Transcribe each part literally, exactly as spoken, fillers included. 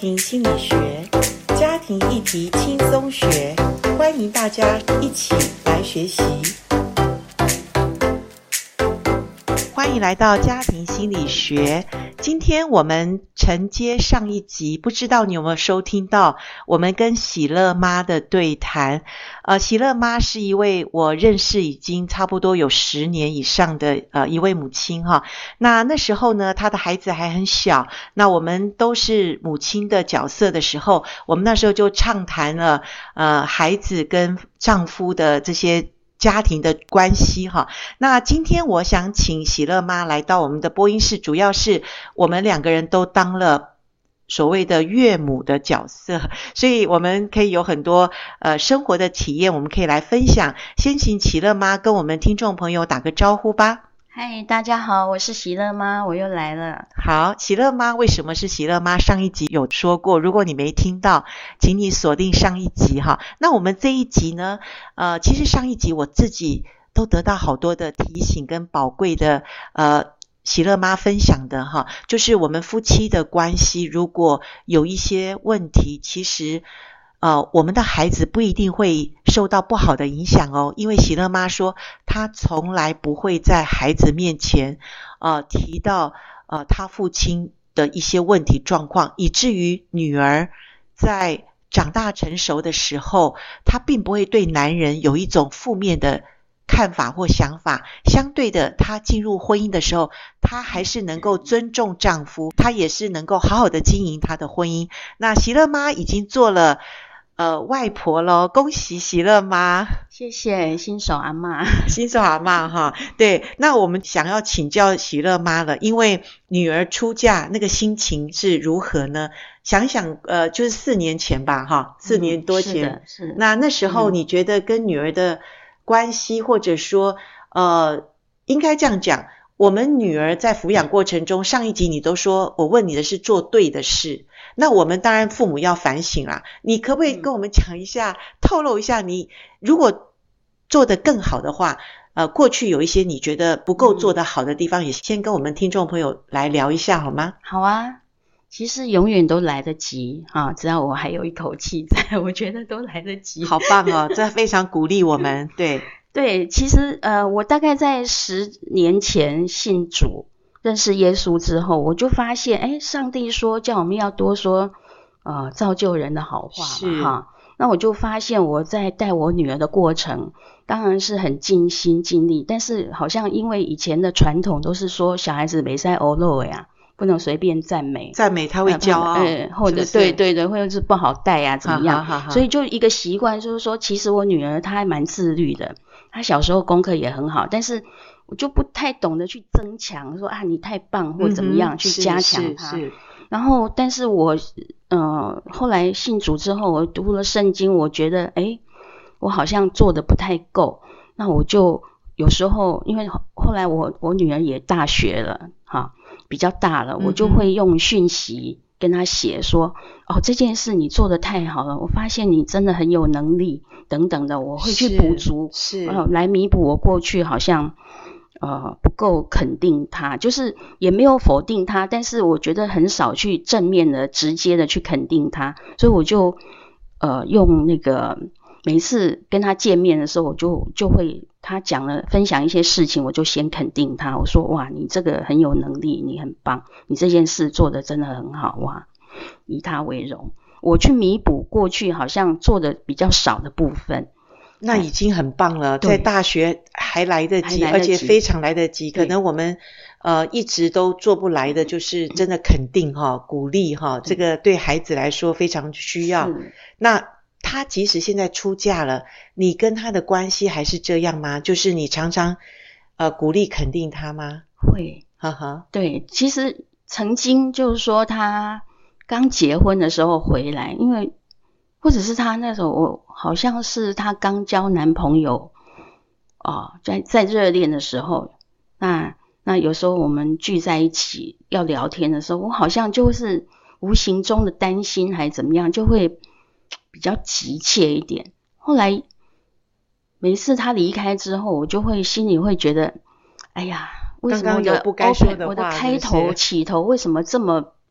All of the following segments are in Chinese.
庭心理学，家庭议题轻松学，欢迎大家一起来学习。欢迎来到家庭心理学。今天我们承接上一集，不知道你有没有收听到我们跟喜乐妈的对谈。呃，喜乐妈是一位我认识已经差不多有十年以上的呃一位母亲哈。那那时候呢，她的孩子还很小，那我们都是母亲的角色的时候，我们那时候就畅谈了呃孩子跟丈夫的这些家庭的关系哈。那今天我想请喜乐妈来到我们的播音室，主要是我们两个人都当了所谓的岳母的角色，所以我们可以有很多呃生活的体验，我们可以来分享。先请喜乐妈跟我们听众朋友打个招呼吧。 嗨，大家好，我是喜乐妈，我又来了。 好，喜乐妈为什么是喜乐妈？上一集有说过，如果你没听到，请你锁定上一集哈。那我们这一集呢，呃，其实上一集我自己都得到好多的提醒跟宝贵的呃喜乐妈分享的哈，就是我们夫妻的关系如果有一些问题，其实呃，我们的孩子不一定会受到不好的影响哦，因为喜乐妈说她从来不会在孩子面前呃提到呃她父亲的一些问题状况，以至于女儿在长大成熟的时候，她并不会对男人有一种负面的看法或想法，相对的她进入婚姻的时候，她还是能够尊重丈夫，她也是能够好好的经营她的婚姻。那喜乐妈已经做了呃外婆咯，恭喜喜乐妈。 谢谢新手阿嬷。 新手阿嬷哈，对，那我们想要请教喜乐妈了，因为女儿出嫁那个心情是如何呢？想想呃就是四年前吧哈，四年多前、嗯、是的是的。那那时候你觉得跟女儿的关系、嗯、或者说呃应该这样讲，我们女儿在抚养过程中，上一集你都说我问你的是做对的事，那我们当然父母要反省啦，你可不可以跟我们讲一下、嗯、透露一下你如果做得更好的话，呃，过去有一些你觉得不够做得好的地方、嗯、也先跟我们听众朋友来聊一下好吗？ 好啊，其实永远都来得及啊，只要我还有一口气在，我觉得都来得及。 好棒哦，这非常鼓励我们。对对，其实呃，我大概在十年前信主认识耶稣之后，我就发现诶上帝说叫我们要多说呃造就人的好话嘛哈。那我就发现我在带我女儿的过程当然是很尽心尽力，但是好像因为以前的传统都是说小孩子没在欧露呀，不能随便赞美， 赞美他会骄傲、 呃、或者是是对对对，或者是不好带啊怎么样，好好好，所以就一个习惯就是说，其实我女儿她还蛮自律的，她小时候功课也很好，但是我就不太懂得去增强说啊你太棒或怎么样、嗯、去加强她。是是是，然后但是我呃后来信主之后，我读了圣经，我觉得诶我好像做的不太够，那我就有时候因为后来我我女儿也大学了哈，比较大了，我就会用讯息跟她写说、嗯、哦这件事你做得太好了，我发现你真的很有能力等等的，我会去补足，是、呃、来弥补我过去好像呃不够肯定她，就是也没有否定她，但是我觉得很少去正面的直接的去肯定她，所以我就呃用那个每次跟她见面的时候，我就就会她讲了分享一些事情，我就先肯定她，我说哇你这个很有能力，你很棒，你这件事做得真的很好，哇以她为荣，我去弥补过去好像做的比较少的部分。 那已经很棒了，在大学还来得及，而且非常来得及。可能我们呃一直都做不来的，就是真的肯定哈、鼓励哈，这个对孩子来说非常需要。那他即使现在出嫁了，你跟他的关系还是这样吗？就是你常常呃鼓励肯定他吗？ 会， 哈哈， 对，其实曾经就是说他刚结婚的时候回来，因为或者是他那时候我好像是他刚交男朋友哦，在在热恋的时候，那那有时候我们聚在一起要聊天的时候，我好像就是无形中的担心还怎么样，就会比较急切一点。后来每次他离开之后，我就会心里会觉得哎呀，为什么我的刚刚有不该说的话， 我的开头起头为什么这么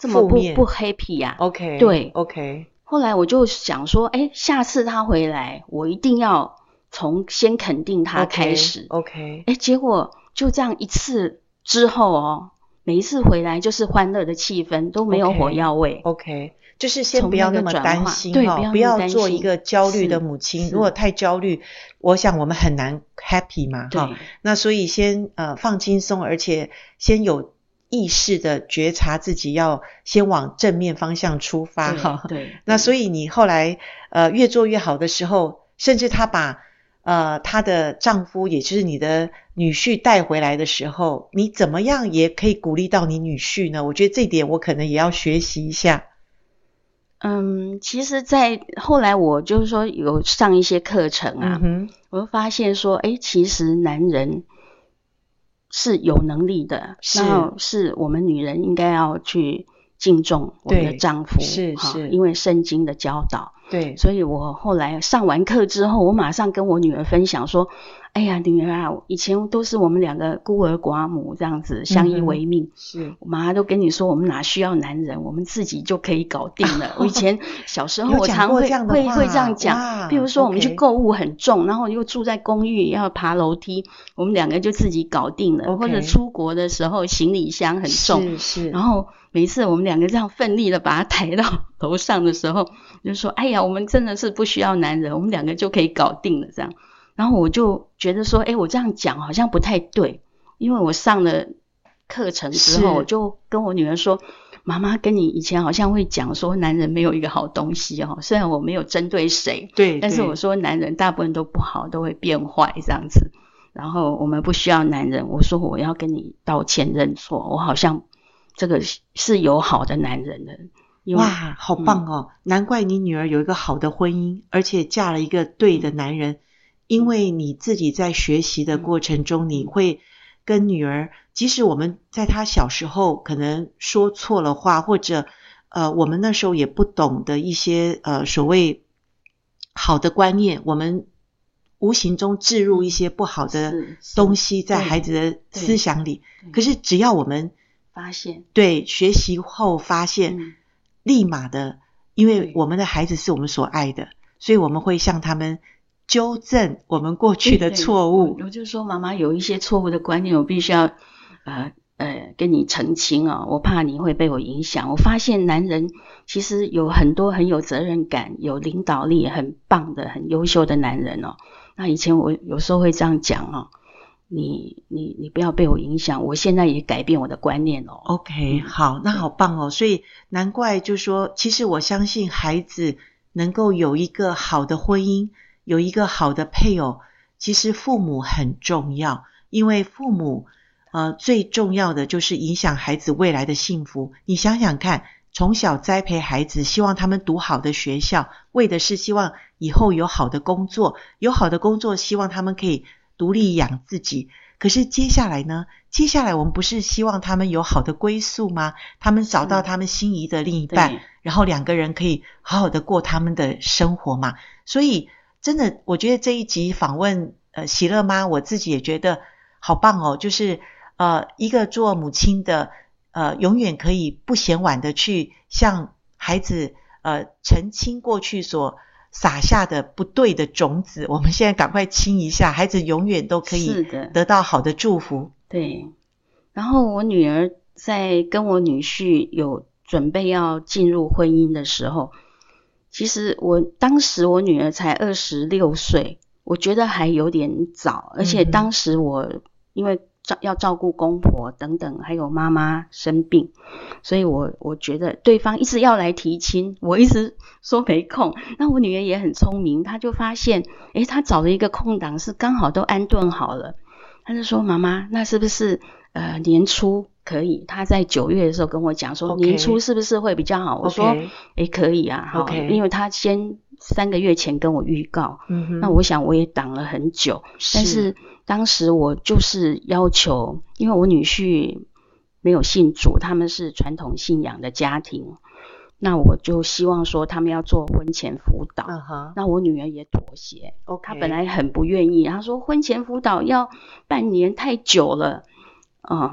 这么不不 happy 呀、 啊、？OK， 对 ，OK。 后来我就想说，哎，下次他回来，我一定要从先肯定他开始。 OK， 哎，结果就这样一次之后哦，每一次回来就是欢乐的气氛，都没有火药味。 OK， 就是先不要那么担心对， 哦， 不要不要做一个焦虑的母亲。如果太焦虑，我想我们很难 happy 嘛，哈。那所以先呃放轻松，而且先有意识的觉察自己要先往正面方向出发哈。 对，对。 那所以你后来呃越做越好的时候，甚至她把呃她的丈夫也就是你的女婿带回来的时候，你怎么样也可以鼓励到你女婿呢？我觉得这一点我可能也要学习一下。 嗯，其实在后来我就是说有上一些课程啊， 嗯、 我就发现说，诶，其实男人是有能力的， 是， 然后是我们女人应该要去敬重我们的丈夫， 是是， 因为圣经的教导。 对， 所以我后来上完课之后，我马上跟我女儿分享说，哎呀，女儿啊，以前都是我们两个孤儿寡母这样子相依为命，嗯、 是我妈都跟你说，我们哪需要男人，我们自己就可以搞定了。我以前小时候我常会会会这样讲，比如说我们去购物很重，然后又住在公寓要爬楼梯，我们两个就自己搞定了。 Okay, 或者出国的时候行李箱很重， 是是， 然后每次我们两个这样奋力的把它抬到楼上的时候，就说，哎呀，我们真的是不需要男人，我们两个就可以搞定了这样。然后我就觉得说，哎，我这样讲好像不太对，因为我上了课程之后，我就跟我女儿说，妈妈跟你以前好像会讲说男人没有一个好东西哦，虽然我没有针对谁， 对， 但是我说男人大部分都不好，都会变坏这样子。然后我们不需要男人，我说我要跟你道歉认错，我好像这个是有好的男人的。 哇，好棒哦、嗯！难怪你女儿有一个好的婚姻，而且嫁了一个对的男人。因为你自己在学习的过程中，你会跟女儿，即使我们在她小时候可能说错了话，或者呃我们那时候也不懂的一些呃所谓好的观念，我们无形中置入一些不好的东西在孩子的思想里。可是只要我们发现， 对，学习后发现，嗯、立马的，因为我们的孩子是我们所爱的，所以我们会向他们纠正我们过去的错误。 我就说，妈妈有一些错误的观念，我必须要呃呃跟你澄清哦，我怕你会被我影响。我发现男人其实有很多很有责任感、有领导力、很棒的、很优秀的男人哦。那以前我有时候会这样讲哦，你你你不要被我影响，我现在也改变我的观念哦。 OK， 好，那好棒哦。所以难怪就说，其实我相信孩子能够有一个好的婚姻，有一个好的配偶，其实父母很重要，因为父母呃最重要的就是影响孩子未来的幸福。你想想看，从小栽培孩子，希望他们读好的学校，为的是希望以后有好的工作，有好的工作希望他们可以独立养自己。可是接下来呢？接下来我们不是希望他们有好的归宿吗？他们找到他们心仪的另一半，然后两个人可以好好的过他们的生活嘛。所以真的，我觉得这一集访问呃喜乐妈，我自己也觉得好棒哦。就是呃一个做母亲的，呃永远可以不嫌晚的去向孩子呃澄清过去所撒下的不对的种子，我们现在赶快清一下，孩子永远都可以得到好的祝福。 对，然后我女儿在跟我女婿有准备要进入婚姻的时候，其实我当时我女儿才二十六岁，我觉得还有点早，而且当时我因为要照顾公婆等等，还有妈妈生病，所以我我觉得对方一直要来提亲，我一直说没空。那我女儿也很聪明，她就发现诶她找了一个空档是刚好都安顿好了，她就说妈妈，那是不是呃年初可以？她在九月的时候跟我讲说、okay. 年初是不是会比较好？我说诶、okay. 可以啊，好、okay. 因为她先三个月前跟我预告、嗯、那我想我也挡了很久，但是当时我就是要求，因为我女婿没有信主，他们是传统信仰的家庭，那我就希望说他们要做婚前辅导、uh-huh. 那我女儿也妥协、okay. 她本来很不愿意，她说婚前辅导要半年太久了、嗯、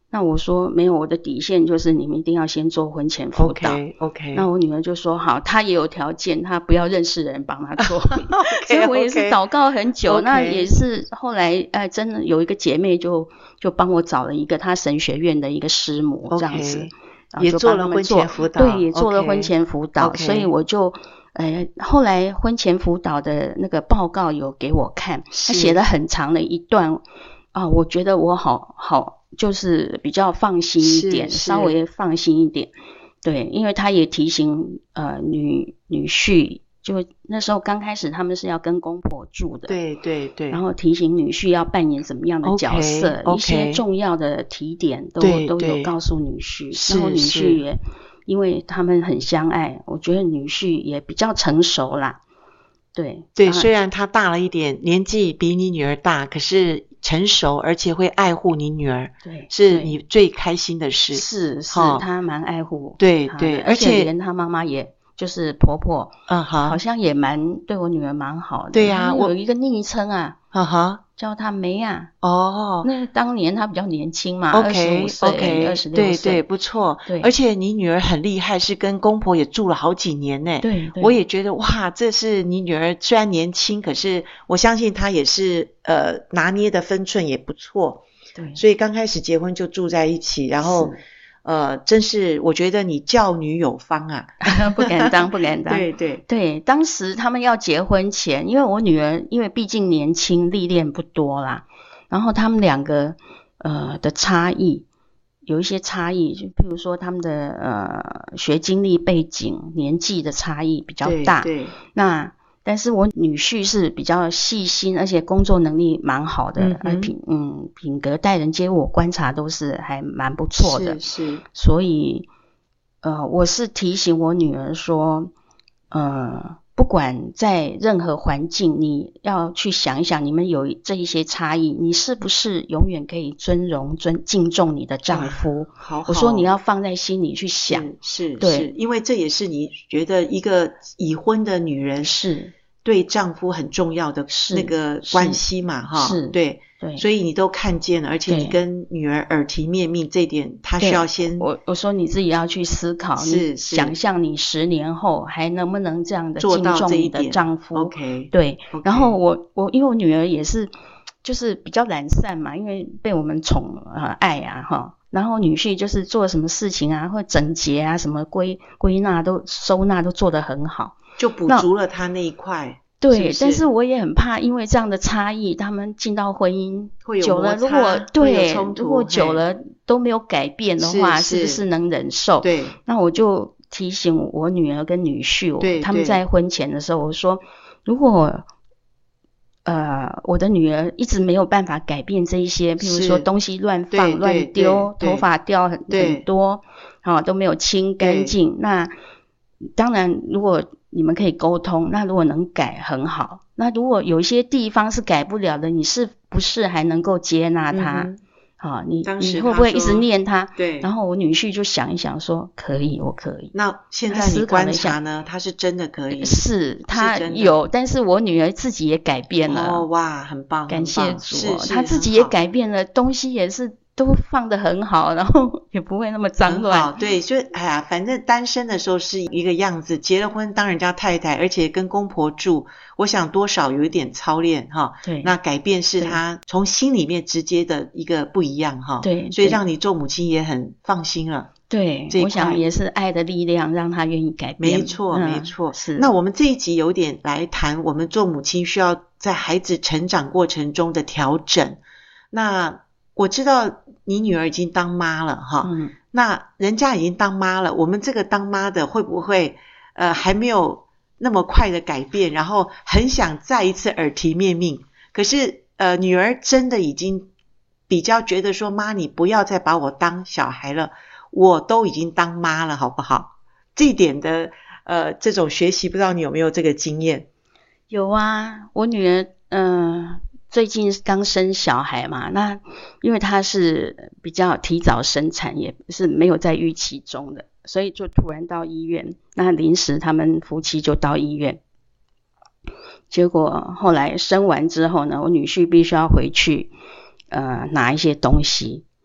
那我说没有，我的底线就是你们一定要先做婚前辅导。 OK OK。 那我女儿就说好，她也有条件，她不要认识人帮她做。okay, 所以我也是祷告很久。Okay. 那也是后来哎，真的有一个姐妹就就帮我找了一个她神学院的一个师母这样子， okay. 也做了婚前辅导。 对，也做了婚前辅导。Okay. 所以我就呃后来婚前辅导的那个报告有给我看，她写了很长的一段啊，我觉得我好好。就是比较放心一点，稍微放心一点。对，因为他也提醒呃女女婿，就那时候刚开始他们是要跟公婆住的， 对对对， 然后提醒女婿要扮演怎么样的角色， okay, 一些重要的提点都都有告诉女婿，然后女婿也因为他们很相爱，我觉得女婿也比较成熟啦。对对，虽然他大了一点，年纪比你女儿大，可是成熟，而且会爱护你女儿， 对， 是你最开心的事。 是是，他蛮爱护， 对对， 而且连他妈妈也就是婆婆， 嗯哈， 好像也蛮对我女儿蛮好的。 对呀， 我有一个昵称啊， 哈哈， 叫她梅啊。 哦， 那当年她比较年轻嘛， OK, 二十五岁 OK, 二十六岁， 对对，不错。 对， 而且你女儿很厉害，是跟公婆也住了好几年呢。 对， 我也觉得哇，这是你女儿虽然年轻，可是我相信她也是呃拿捏的分寸也不错。 对， 所以刚开始结婚就住在一起，然后呃，真是我觉得你教女有方啊。 不敢当不敢当。 对对对，当时他们要结婚前，因为我女儿因为毕竟年轻，历练不多啦，然后他们两个呃的差异有一些差异，就譬如说他们的呃学经历背景年纪的差异比较大。 对对， 那但是我女婿是比较细心，而且工作能力蛮好的，嗯嗯品嗯品格待人接物我观察都是还蛮不错的。 是是， 所以呃我是提醒我女儿说呃不管在任何环境，你要去想一想，你们有这一些差异，你是不是永远可以尊荣尊敬重你的丈夫？ 啊、好好， 我说你要放在心里去想， 是，是对是，因为这也是你觉得一个已婚的女人是对丈夫很重要的那个关系嘛，哈， 是， 对。 对， 所以你都看见了，而且你跟女儿耳提面命，这点她需要先我我说你自己要去思考， 是你想象你十年后还能不能这样的敬重你的丈夫 ？OK， 对。 okay. 然后我我因为我女儿也是就是比较懒散嘛，因为被我们宠呃爱啊哈，然后女婿就是做什么事情啊，或整洁啊什么归归纳都收纳都做得很好， 就补足了他那一块。 对， 是是， 但是我也很怕，因为这样的差异，他们进到婚姻会有久了，如果对，如果久了都没有改变的话，是, 是不是能忍受？ 对， 那我就提醒我女儿跟女婿， 对， 他们在婚前的时候，我说，如果呃我的女儿一直没有办法改变这一些，譬如说东西乱放乱丢，头发掉很很多，啊都没有清干净，那当然如果你们可以沟通，那如果能改很好，那如果有一些地方是改不了的，你是不是还能够接纳他？嗯啊，你你会不会一直念他？ 对， 然后我女婿就想一想说，可以，我可以。 那现在你观察呢？他是真的可以？ 是，他有，但是我女儿自己也改变了。 哦，哇，很棒， 感谢主、哦， 她自己也改变了，东西也是都放得很好，然后也不会那么脏乱。 对，所以哎呀，反正单身的时候是一个样子，结了婚当人家太太，而且跟公婆住，我想多少有一点操练哈。 对， 那改变是他从心里面直接的一个不一样哈。 对， 所以让你做母亲也很放心了。 对，我想也是爱的力量让他愿意改变。 没错，嗯、没错。 是。 那我们这一集有点来谈我们做母亲需要在孩子成长过程中的调整。那我知道你女儿已经当妈了哈，嗯，那人家已经当妈了，我们这个当妈的会不会呃还没有那么快的改变，然后很想再一次耳提面命，可是呃女儿真的已经比较觉得说，妈你不要再把我当小孩了，我都已经当妈了好不好？这一点的呃这种学习，不知道你有没有这个经验？ 有啊，我女儿嗯。呃最近刚生小孩嘛，那因为她是比较提早生产，也是没有在预期中的，所以就突然到医院，那临时他们夫妻就到医院，结果后来生完之后呢，我女婿必须要回去呃拿一些东西，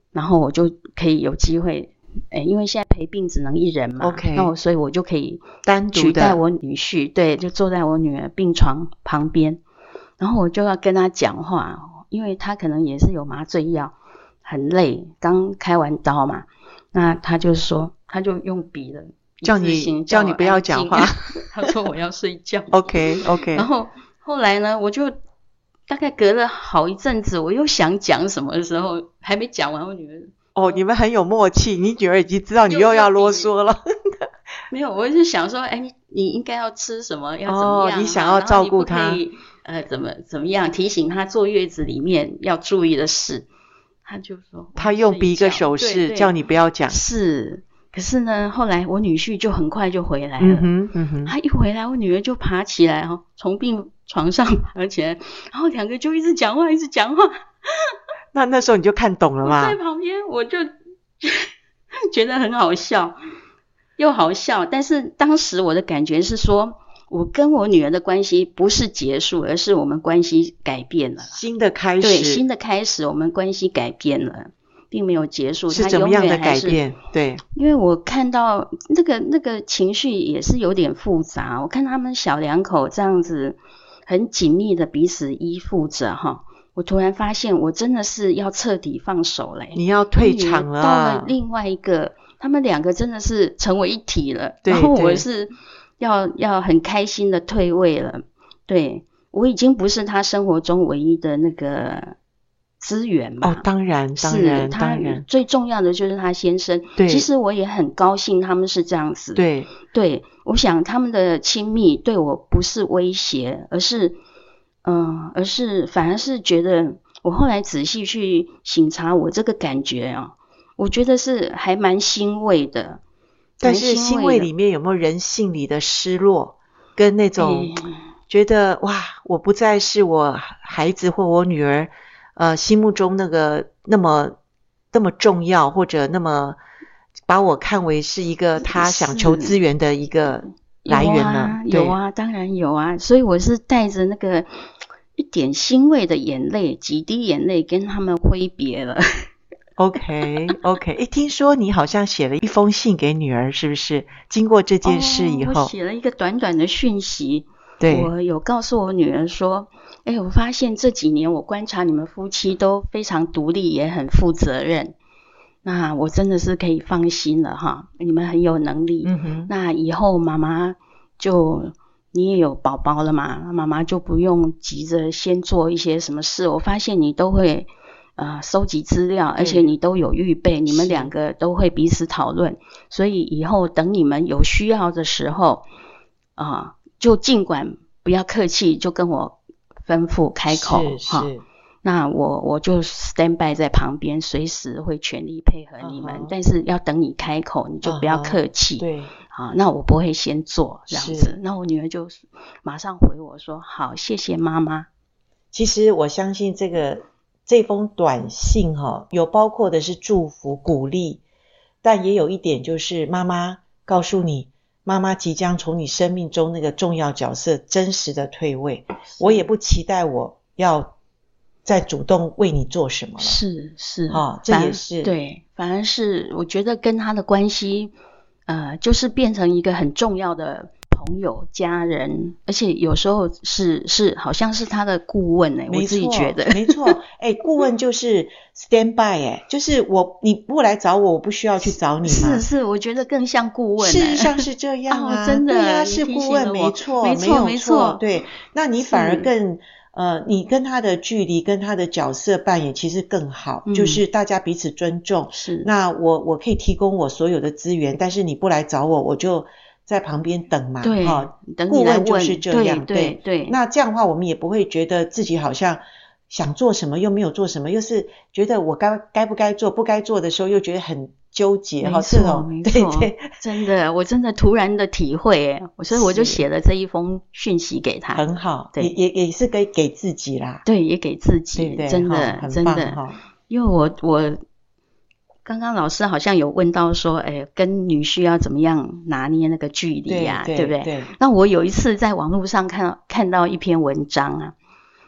然后我就可以有机会，诶，因为现在陪病只能一人嘛 ，OK， 那我所以我就可以单独取代我女婿，对，就坐在我女儿病床旁边，然后我就要跟他讲话，因为他可能也是有麻醉药，很累，刚开完刀嘛，那他就说，他就用笔了， 叫你叫你不要讲话， 他说我要睡觉 ，OK OK， 然后后来呢，我就大概隔了好一阵子，我又想讲什么的时候，还没讲完，我女儿哦，你们很有默契，你女儿已经知道你又要啰嗦了。 没有，我就想说，哎，你你应该要吃什么，要怎么样？ 哦，你想要照顾她， 呃，怎么怎么样？提醒她坐月子里面要注意的事，她就说， 她用比一个手势叫你不要讲。 是，可是呢，后来我女婿就很快就回来了。 嗯哼嗯哼， 他一回来，我女儿就爬起来哦，从病床上爬起来，然后两个就一直讲话，一直讲话。 那那时候你就看懂了吗？ 我在旁边，我就觉得很好笑，又好笑。但是当时我的感觉是说，我跟我女儿的关系不是结束，而是我们关系改变了， 新的开始。 对，新的开始，我们关系改变了，并没有结束。 是怎么样的改变？对， 因为我看到那个那个情绪也是有点复杂。我看他们小两口这样子很紧密的彼此依附着哈。我突然发现，我真的是要彻底放手嘞！ 你要退场了， 到了另外一个，他们两个真的是成为一体了。 对， 然后我是要要很开心的退位了。对，我已经不是他生活中唯一的那个资源嘛。 哦，当然，当然，当然， 最重要的就是他先生。 对， 其实我也很高兴他们是这样子。 对， 对，我想他们的亲密对我不是威胁，而是。嗯，而是反而是觉得，我后来仔细去省察我这个感觉啊，我觉得是还蛮欣慰的。 但是欣慰里面有没有人性里的失落，跟那种觉得、欸、哇，我不再是我孩子或我女儿呃心目中那个那么那么重要，或者那么把我看为是一个他想求资源的一个来源呢？ 有啊，有啊，当然有啊。所以我是带着那个一点欣慰的眼泪，几滴眼泪跟他们挥别了。 OK OK， 诶，听说你好像写了一封信给女儿，是不是？经过这件事以后， 哦、我写了一个短短的讯息。 对， 我有告诉我女儿说，诶，我发现这几年我观察你们夫妻都非常独立，也很负责任。那我真的是可以放心了哈，你们很有能力。 嗯哼， 那以后妈妈就你也有宝宝了嘛，妈妈就不用急着先做一些什么事。我发现你都会呃收集资料，而且你都有预备，你们两个都会彼此讨论，所以以后等你们有需要的时候啊、呃，就尽管不要客气，就跟我吩咐开口哈。那我我就 stand by 在旁边，随时会全力配合你们， uh-huh. 但是要等你开口，你就不要客气。 Uh-huh. 对， 啊，那我不会先做这样子。那我女儿就马上回我说：“好，谢谢妈妈。” 其实我相信这个这封短信哈、哦，有包括的是祝福、鼓励，但也有一点就是妈妈告诉你，妈妈即将从你生命中那个重要角色真实的退位，我也不期待我要再主动为你做什么了。 是是哦，这也是对，反而是我觉得跟他的关系呃就是变成一个很重要的朋友家人，而且有时候是是好像是他的顾问欸，我自己觉得没错欸，顾问就是 stand by 欸，就是我你不来找我，我不需要去找你嘛。 是是，我觉得更像顾问欸， 事实上是这样啊， 哦，真的， 对啊，是顾问，没错没错没错， 对，那你反而更呃，你跟他的距离跟他的角色扮演其实更好，嗯，就是大家彼此尊重。 是， 那我我可以提供我所有的资源，但是你不来找我，我就在旁边等嘛。 对， 哦， 等你来问， 顾问就是这样。 对对 对, 对。 那这样的话，我们也不会觉得自己好像想做什么又没有做什么，又是觉得我该该不该做，不该做的时候又觉得很纠结哈， 这种没错， 对对， 真的，我真的突然的体会哎，所以我就写了这一封讯息给他， 很好， 对， 也也也是给给自己啦， 对，也给自己， 对对真的真的，因为我我刚刚老师好像有问到说，哎，跟女婿要怎么样拿捏那个距离呀， 对对不对？ 对。 那我有一次在网络上看看到一篇文章啊，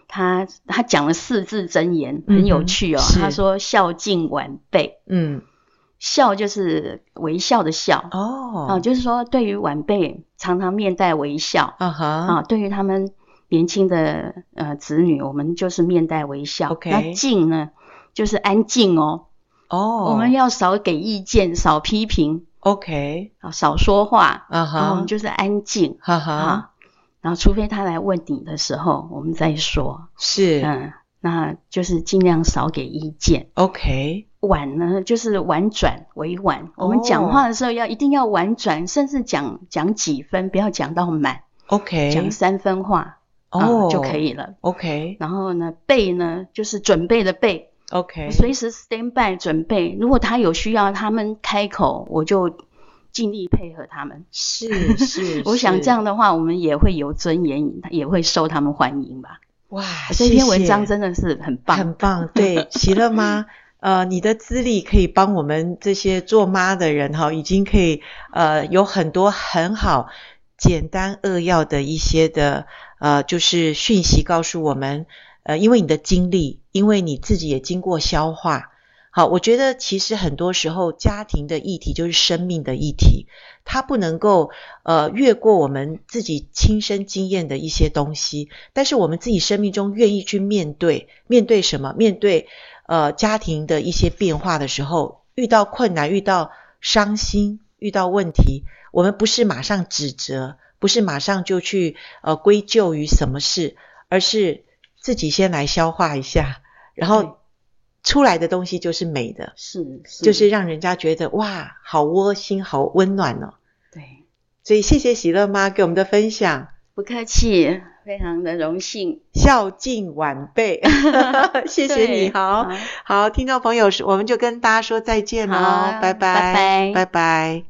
他他讲了四字真言，很有趣哦。 嗯、 他说孝敬晚辈， 嗯， 孝就是微笑的笑哦， 啊，就是说对于晚辈常常面带微笑， 啊哈， 啊，对于他们年轻的呃子女，我们就是面带微笑。 OK， 那敬呢，就是安静哦。 哦， 我们要少给意见，少批评 ，OK， 啊，少说话， 啊哈， 然后我们就是安静， 哈哈， 啊，然后除非他来问你的时候，我们再说， 是， 嗯，那就是尽量少给意见。 OK， 婉呢，就是婉转委婉，我们讲话的时候要一定要婉转，甚至讲讲几分，不要讲到满 ，OK， 讲三分话哦、啊、就可以了。 OK， 然后呢，备呢就是准备的备。 OK， 随时 stand by 准备，如果他有需要，他们开口，我就尽力配合他们。 是是， 我想这样的话，我们也会有尊严，也会受他们欢迎吧。 哇， 这篇文章真的是很棒， 很棒。对，喜乐妈，呃，你的资历可以帮我们这些做妈的人哈，已经可以呃有很多很好、简单扼要的一些的呃，就是讯息告诉我们。呃，因为你的经历，因为你自己也经过消化，好，我觉得其实很多时候家庭的议题就是生命的议题，它不能够呃越过我们自己亲身经验的一些东西，但是我们自己生命中愿意去面对，面对什么？面对呃家庭的一些变化的时候，遇到困难，遇到伤心，遇到问题，我们不是马上指责，不是马上就去呃归咎于什么事，而是自己先来消化一下，然后出来的东西就是美的， 是，是就是让人家觉得哇，好窝心，好温暖哦。 对， 所以谢谢喜乐妈给我们的分享， 不客气，非常的荣幸， 孝敬晚辈，谢谢你，好好，听众朋友，我们就跟大家说再见喽，拜拜， 拜拜， 拜拜。